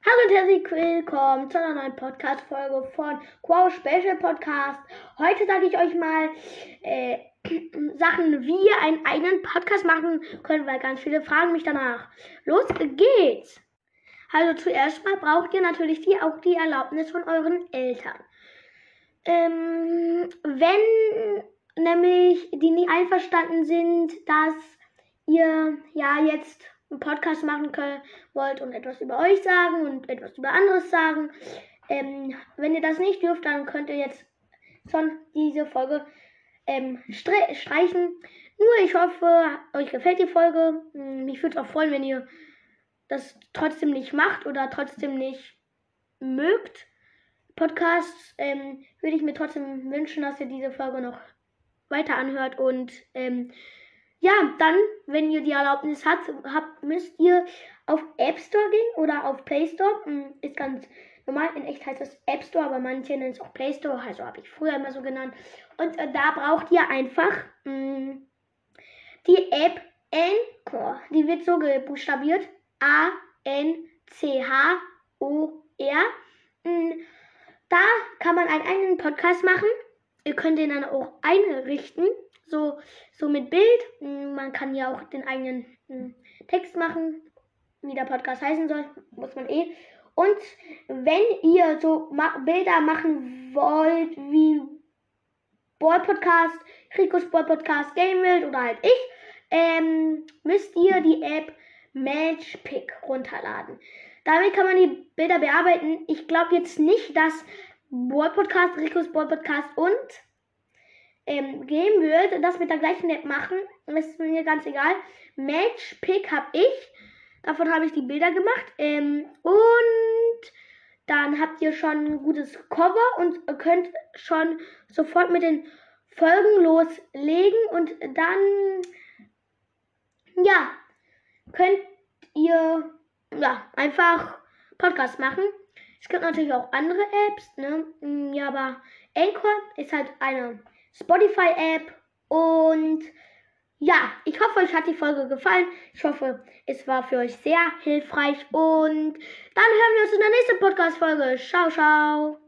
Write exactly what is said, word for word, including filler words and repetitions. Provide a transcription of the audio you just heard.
Hallo und herzlich willkommen zu einer neuen Podcast-Folge von Quo Special Podcast. Heute sage ich euch mal äh, Sachen, wie ihr einen eigenen Podcast machen könnt, weil ganz viele fragen mich danach. Los geht's! Also zuerst mal braucht ihr natürlich die, auch die Erlaubnis von euren Eltern. Ähm, wenn nämlich die nicht einverstanden sind, dass ihr ja jetzt einen Podcast machen könnt, wollt und etwas über euch sagen und etwas über anderes sagen. Ähm, wenn ihr das nicht dürft, dann könnt ihr jetzt schon diese Folge ähm, stre- streichen. Nur ich hoffe, euch gefällt die Folge. Mich würde es auch freuen, wenn ihr das trotzdem nicht macht oder trotzdem nicht mögt. Podcasts ähm, würde ich mir trotzdem wünschen, dass ihr diese Folge noch weiter anhört und ähm, ja, dann, wenn ihr die Erlaubnis habt, habt, müsst ihr auf App Store gehen oder auf Play Store. Ist ganz normal, in echt heißt das App Store, aber manche nennen es auch Play Store, also habe ich früher immer so genannt. Und äh, da braucht ihr einfach mh, die App Anchor. Die wird so gebuchstabiert, A N C H O R. Da kann man einen eigenen Podcast machen. Ihr könnt den dann auch einrichten. So, so mit Bild. Man kann ja auch den eigenen hm, Text machen, wie der Podcast heißen soll, muss man eh. Und wenn ihr so ma- Bilder machen wollt, wie Ball Podcast, Ricos Ball Podcast, Game World oder halt ich, ähm, müsst ihr die App Matchpick runterladen. Damit kann man die Bilder bearbeiten. Ich glaube jetzt nicht, dass Ball Podcast, Ricos Ball Podcast und Ähm, Game World das mit der gleichen App machen. Das ist mir ganz egal. Matchpick habe ich. Davon habe ich die Bilder gemacht. Ähm, und dann habt ihr schon ein gutes Cover und könnt schon sofort mit den Folgen loslegen. Und dann, ja, könnt ihr ja, einfach Podcast machen. Es gibt natürlich auch andere Apps, ne? Ja, aber Anchor ist halt eine Spotify-App und ja, ich hoffe, euch hat die Folge gefallen. Ich hoffe, es war für euch sehr hilfreich und dann hören wir uns in der nächsten Podcast-Folge. Ciao, ciao.